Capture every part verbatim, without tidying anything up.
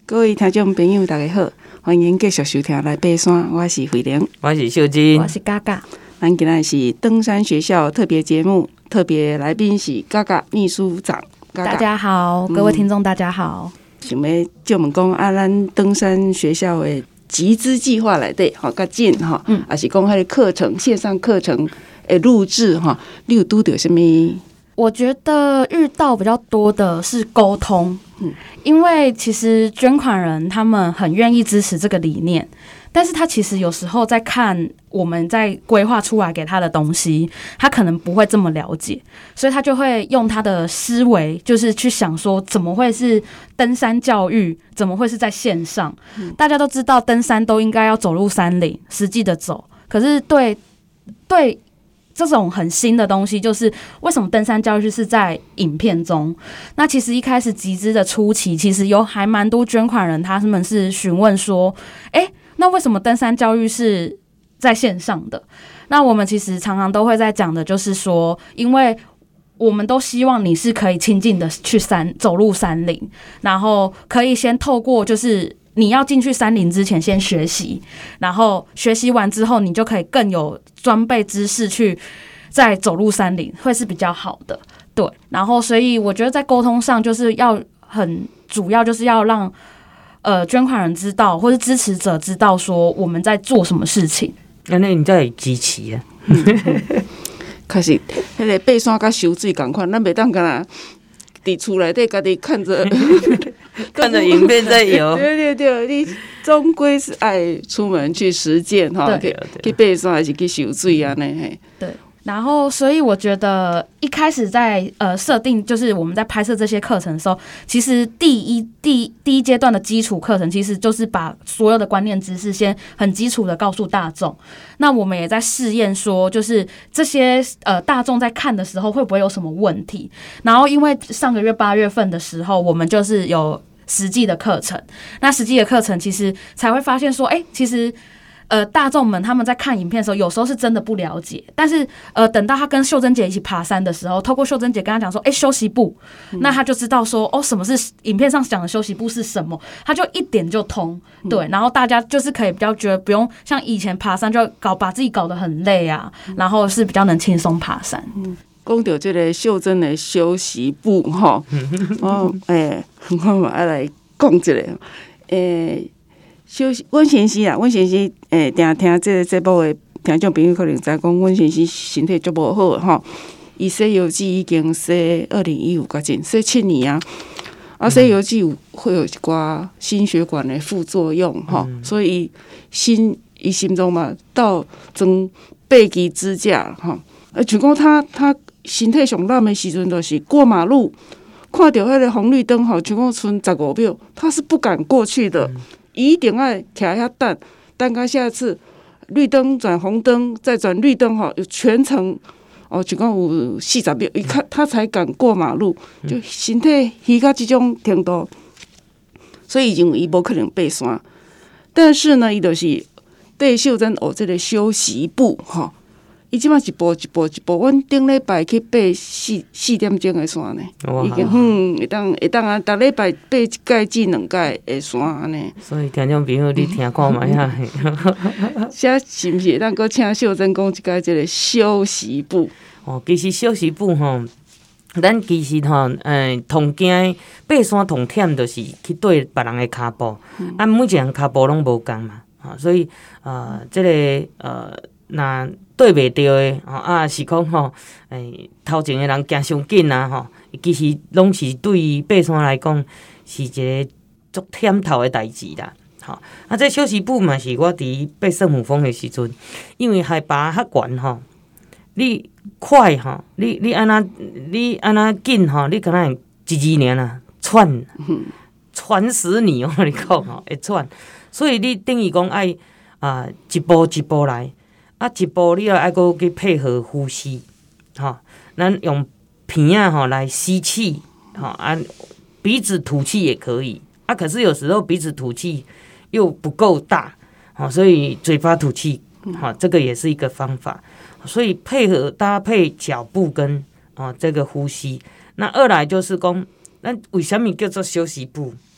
各位听众朋友，大家好，欢迎继续收听《来爬山》，我是慧玲， 我是秀珍， 我是嘎嘎。 咱今天是登山学校特别节目，特别来宾是嘎嘎秘书长。嘎嘎大家好，各位听众，大家好。 想要借我们讲啊，咱登山学校的集资计划内底，吼，较紧吼，嗯，也是讲迄个课程线上课程的录制吼，你有拄到什么？ 我觉得遇到比较多的是沟通，嗯，因为其实捐款人他们很愿意支持这个理念，但是他其实有时候在看我们在规划出来给他的东西，他可能不会这么了解，所以他就会用他的思维，就是去想说，怎么会是登山教育？怎么会是在线上？嗯、大家都知道登山都应该要走入山林，实际的走，可是对对。这种很新的东西，就是为什么登山教育是在影片中？那其实一开始集资的初期，其实有还蛮多捐款人，他们是询问说：“哎，那为什么登山教育是在线上的？”那我们其实常常都会在讲的，就是说，因为我们都希望你是可以亲近的去山走入山林，然后可以先透过就是。你要进去山林之前先学习，然后学习完之后，你就可以更有装备知识去再走入山林，会是比较好的。对，然后所以我觉得在沟通上就是要很主要，就是要让呃捐款人知道，或是支持者知道说我们在做什么事情。 那那你在支持啊？ 开始，迄个爬山甲游水同款，咱袂当干啦。伫厝内底家己看着看着影片在游， 对对对，你终归是爱出门去实践哈，去去爬山还是去游水啊？呢嘿， 对。然后，所以我觉得一开始在呃设定，就是我们在拍摄这些课程的时候，其实第一第第一阶段的基础课程，其实就是把所有的观念知识先很基础的告诉大众。那我们也在试验说，就是这些呃大众在看的时候会不会有什么问题？然后，因为上个月八月份的时候，我们就是有实际的课程，那实际的课程其实才会发现说，哎，其实。呃，大众们他们在看影片的时候，有时候是真的不了解，但是呃，等到他跟秀珍姐一起爬山的时候，透过秀珍姐跟他讲说，哎、欸，休息步，嗯、那他就知道说，哦，什么是影片上讲的休息步是什么，他就一点就通，对，然后大家就是可以比较觉得不用像以前爬山就搞把自己搞得很累啊，然后是比较能轻松爬山。 嗯，讲到这个秀珍的休息步哈，哦，哎，我嘛爱来讲一下，诶。休息，阮先生啊，阮先生诶，定听这个节目的听众朋友可能知讲，阮先生身体足无好吼。伊洗油剂已经洗二零一五甲前洗七年啊，啊洗油剂有会有一寡心血管的副作用吼，嗯、所以心伊心中嘛到装八支支架吼。啊，就讲他他身体上烂的时阵，就是过马路看到迄个红绿灯吼，就讲剩十五秒，他是不敢过去的。嗯一定要徛遐等，等到下次绿灯转红灯，再转绿灯吼，有全程哦，就讲有四十秒，伊看他才敢过马路，就身体虚到这种程度，所以认为伊无可能爬山。但是呢，伊就是对秀珍学这个休息步吼。伊即摆一步一步一步，阮顶礼拜去爬四四点钟的山呢，已经嗯会当会当啊，逐礼拜爬一届至两届的山安尼。 所以听众朋友，你听看卖啊？ 写是毋是会当搁请秀珍讲一届这个休息步？ 哦，其实休息步吼，咱其实吼，诶，同惊爬山同忝，就是去对别人的骹步，嗯、啊，每一个人骹步拢无共嘛，啊，所以呃，这个呃，那。对袂着的吼，啊是讲吼，诶，头前的人行伤紧啊吼，其实拢是对于爬山来讲是一个足忝头的代志啦。吼，啊，这休息步嘛是我伫爬圣母峰的时阵，因为海拔较悬吼，你快吼，你你安那你安那紧吼，你敢若一二年啊，喘喘死你哦！你讲吼会喘，所以你等于讲爱啊一步一步来。啊，一步你要爱搁去配合呼吸，吼，咱用鼻啊吼来吸气，吼啊，鼻子吐气也可以啊。可是有时候鼻子吐气又不够大，吼，所以嘴巴吐气，吼，这个也是一个方法。所以配合搭配脚步跟哦这个呼吸。那二来就是讲，咱为什么叫做休息步？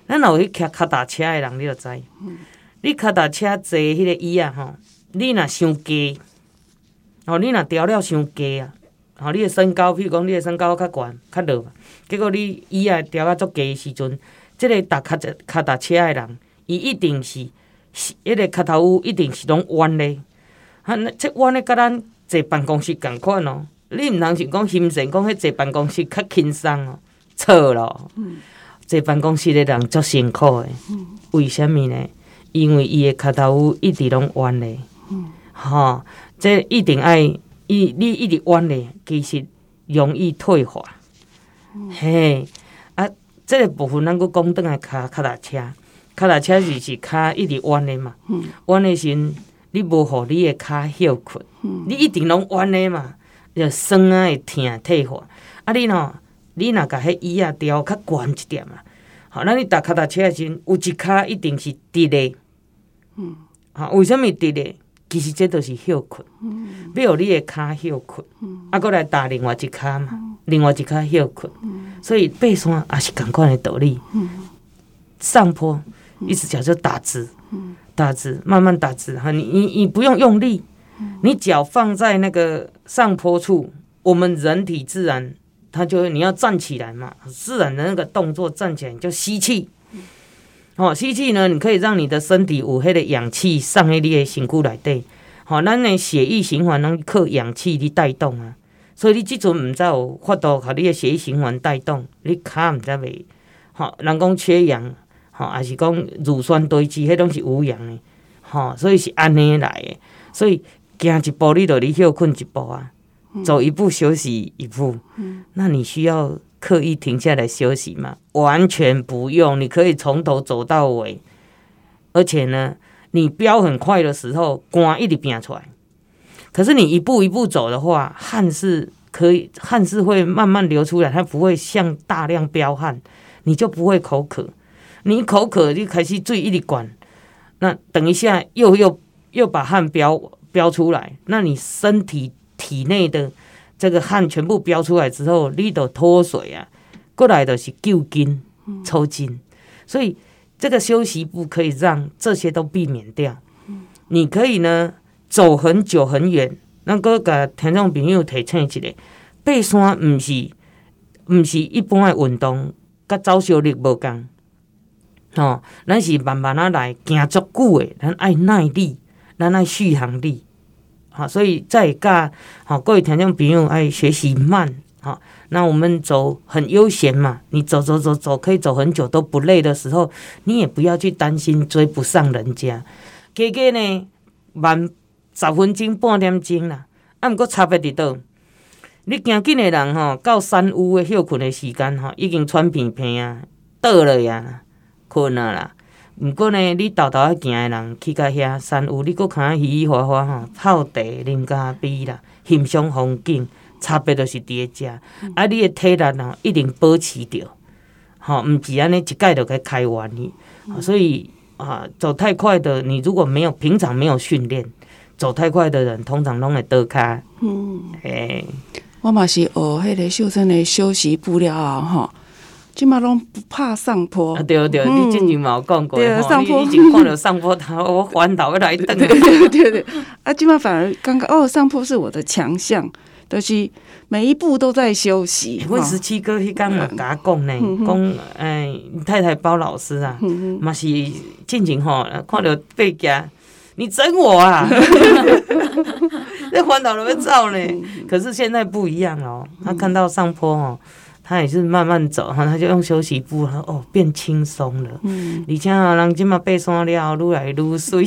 咱若有去骑脚踏车的人，你就知。嗯、你脚踏车坐迄个椅啊，吼，你若伤低，吼，你若调了伤低啊，吼，你的身高，譬如讲你的身高较悬、较落，结果你椅啊调啊足低的时阵，即、這個踏脚脚踏车的人，伊一定是，迄個腳頭有一定是攏彎的，啊，即彎的甲咱坐辦公室共款哦。你毋通是講欣賞講迄坐辦公室較輕鬆哦，錯咯。嗯、坐辦公室的人足辛苦的，嗯、為什麼呢？因為伊的腳頭有一直攏彎的，吼、嗯，即、哦、一定愛伊你一直彎的，其實容易退化。嗯、嘿，啊，即、這個部分咱佫講轉來腳腳踏車，腳踏車就是腳一直彎的嘛，彎的時陣你無互你的腳休困，嗯、你一定攏彎的嘛。就酸啊會疼退化，啊你喏，你若甲迄椅啊調較懸一點啊，好，咱你踏腳踏車的時陣，有一腳一定是直的，嗯，啊，為什麼直的？其實這都是休困，嗯，要互你的腳休困，嗯，啊，閣來踏另外一腳嘛，嗯、另外一腳休困，嗯，所以爬山也是同款的道理，嗯，上坡一直腳就打直，嗯，打直，慢慢打直，哈，你你你不用用力。你腳放在那個上坡處，我們人體自然，它就你要站起來嘛，自然的那個動作站起來就吸氣，哦，吸氣呢，你可以讓你的身體有迄個氧氣上喺你的身軀內底，好、哦，咱的血液循環能靠氧氣去帶動啊，所以你這陣唔知有法度，靠你的血液循環帶動，你腳唔知袂，好、哦，人講缺氧，好、哦，還是講乳酸堆積，迄種是有氧的，好、哦，所以是安尼來的，所以。行一步，你就你休困一步啊，走一步休息一步。嗯、那你需要刻意停下來休息嗎？完全不用，你可以從頭走到尾。而且呢，你飆很快的時候，汗一直飆出來。可是你一步一步走的話，汗是可以，汗是會慢慢流出來，它不會像大量飆汗，你就不會口渴。你一口渴就開始水一直灌，那等一下又又又把汗飆。飆出來，那你身體體內的這個汗全部飆出來之後，你就脫水啊，過來的是救筋、抽筋，所以這個休息步可以讓這些都避免掉。你可以呢走很久很遠，咱閣甲聽眾朋友提醒一下，爬山唔是唔是一般的運動，甲走小力無共，哦，咱是慢慢啊來行足久的，咱愛耐力。咱愛續航力，好，所以在甲好各位聽眾朋友愛學習慢，好，那我們走很悠閒嘛，你走走走走可以走很久都不累的時候，你也不要去擔心追不上人家，加加呢慢十分鐘半點鐘啦，啊，毋過差別佇倒，你行緊的人吼，到山屋的休困的時間吼，已經喘片片啊，倒了呀，困啊啦。毋過呢，你豆豆啊行的人去到遐山屋，你閣看喜喜花花吼，泡茶、啉咖啡啦，欣賞風景，差別就是佇個遮。嗯、啊，你的體力吼一定保持着，吼，毋是安尼一概就該開完去。嗯、所以啊，走太快的，你如果沒有平常沒有訓練，走太快的人通常攏會倒骹。嗯，誒， 我嘛是學迄個秀珍的休息步了啊，吼。即馬攏不怕上坡， 啊、對對，嗯、你之前嘛有講過， 對上坡， 你已經看到上坡頭，我環島要來等。 對對對對，啊，即馬反而剛剛哦，上坡是我的強項，就是每一步都在休息。 阮十七哥迄天嘛甲我講呢，講誒太太包老師啊，嘛是進前吼，看到爬架，你整我啊！那環島都要走呢，可是現在不一樣哦，他看到上坡哦。他也是慢慢走，他就用休息步，哦，變輕鬆了。嗯，而且啊，人今嘛爬山了，愈來愈水。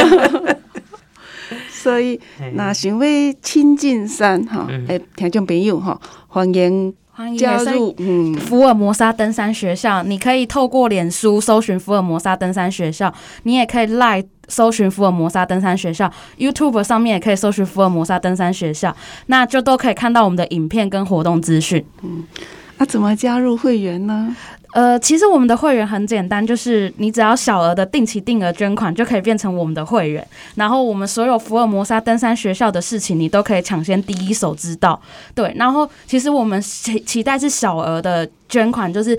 所以，那想要親近山哈，誒，聽眾朋友哈，歡迎加入嗯福爾摩沙登山學校。你可以透過臉書搜尋福爾摩沙登山學校，你也可以 Line 搜尋福爾摩沙登山學校 ，YouTube 上面也可以搜尋福爾摩沙登山學校，那就都可以看到我們的影片跟活動資訊。嗯。 那、啊、怎麼加入會員呢？ 呃，其實我們的會員很簡單，就是你只要小額的定期定額捐款就可以變成我們的會員，然後我們所有福爾摩沙登山學校的事情你都可以搶先第一手知道。對，然後其實我們期期待是小額的捐款，就是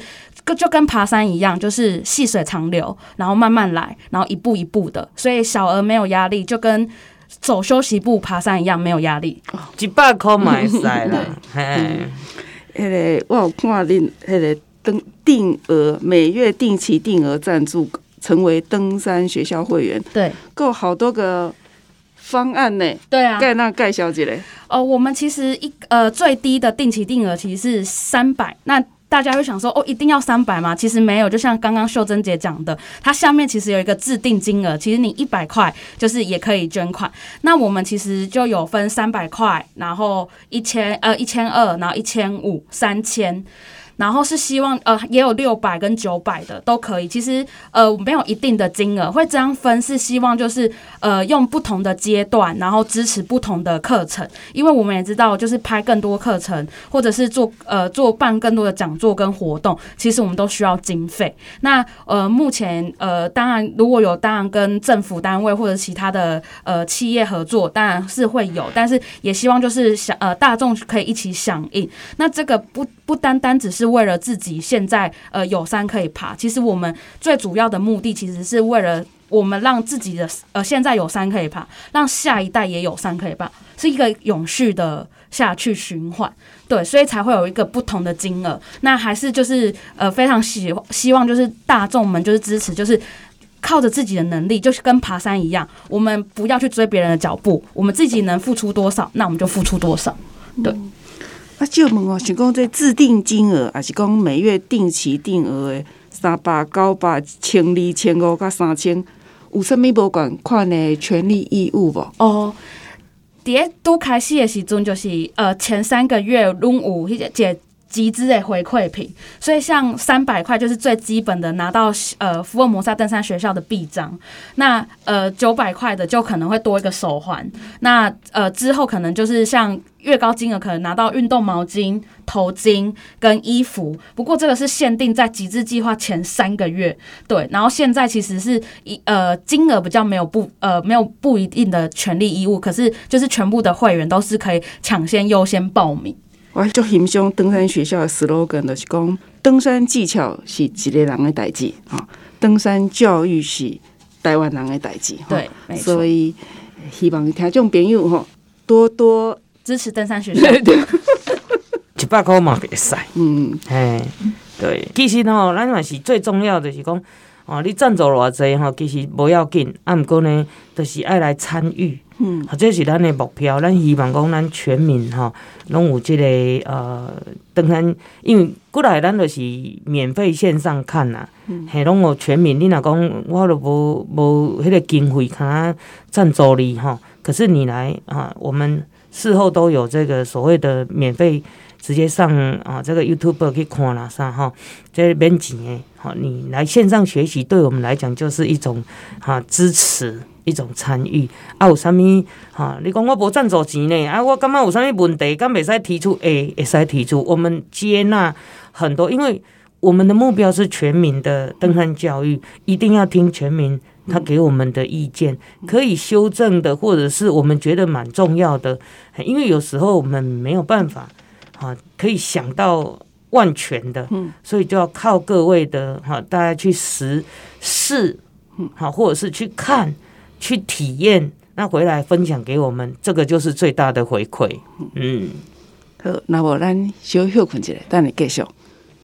就跟爬山一样，就是细水长流，然后慢慢来，然后一步一步的，所以小额没有压力，就跟走休息步爬山一样，没有压力。 一百块嘛会使啦，嘿。 迄个我有看恁迄个登定额每月定期定额赞助，成为登山学校会员， 对， 够好多个方案呢。 对啊， 盖那盖小姐嘞。 哦，我们其实一呃最低的定期定额其实是三百，那大家会想说哦，一定要三百吗？其实没有，就像刚刚秀珍姐讲的，它下面其实有一个制定金额，其实你一百块就是也可以捐款。那我们其实就有分三百块，然后一千呃一千二，然后一千五、三千。然后是希望呃也有六百跟九百的都可以，其实呃没有一定的金额，会这样分是希望就是呃用不同的阶段，然后支持不同的课程，因为我们也知道就是拍更多课程，或者是做呃做办更多的讲座跟活动，其实我们都需要经费。那呃目前呃当然如果有当然跟政府单位或者其他的呃企业合作，当然是会有，但是也希望就是想呃大众可以一起响应。那这个不不单单只是为了自己现在呃有山可以爬，其实我们最主要的目的其实是为了我们让自己的呃现在有山可以爬，让下一代也有山可以爬，是一个永续的下去循环。对，所以才会有一个不同的金额。那还是就是呃非常希希望就是大众们就是支持，就是靠着自己的能力，就是跟爬山一样，我们不要去追别人的脚步，我们自己能付出多少，那我们就付出多少。对。嗯啊，就问哦，是讲这制定金额，还是讲每月定期定额的三百、九百、千二、千五到三千，有啥物无共款的权利义务无？ 哦，伫拄开始的时阵，就是呃前三个月拢有迄个集资的回馈品，所以像三百块就是最基本的，拿到呃福尔摩沙登山学校的臂章。那呃九百块的就可能会多一个手环。那呃之后可能就是像越高金额可能拿到运动毛巾、头巾跟衣服。不过这个是限定在集资计划前三个月，对。然后现在其实是一呃金额比较没有不呃没有不一定的权利义务，可是就是全部的会员都是可以抢先优先报名。 我就欣赏登山学校的 slogan， 就是讲登山技巧是一个人的代志，登山教育是台湾人的代志。 对，没错。 所以希望听众朋友多多支持登山学校。 一百块嘛袂使。 嗯， 嘿，对，其实吼，咱嘛是最重要的是讲，哦，你赞助偌济吼，其实无要紧，啊，毋过呢，就是爱来参与。嗯，这是咱的目标。咱希望讲，咱全民吼，拢有这个呃登山，因为过来咱就是免费线上看啦，嘿、嗯，拢有全民。你若讲我都无无迄个经费，看赞助你吼，可是你来啊，我们事后都有这个所谓的免费，直接上啊这个 YouTube 去看啦啥吼，这免钱的，好，你来线上学习，对我们来讲就是一种哈支持。一种参与啊，有啥物哈？你讲我无赞助钱呢？啊，我感觉有啥物问题，敢袂使提出？会会使提出。我们接纳很多，因为我们的目标是全民的登山教育，一定要听全民他给我们的意见，可以修正的，或者是我们觉得蛮重要的。因为有时候我们没有办法啊，可以想到万全的，所以就要靠各位的哈，大家去实试，好，或者是去看。去体验，那回来分享给我们，这个就是最大的回馈。嗯， 好，那么咱小休困一下，等你继续。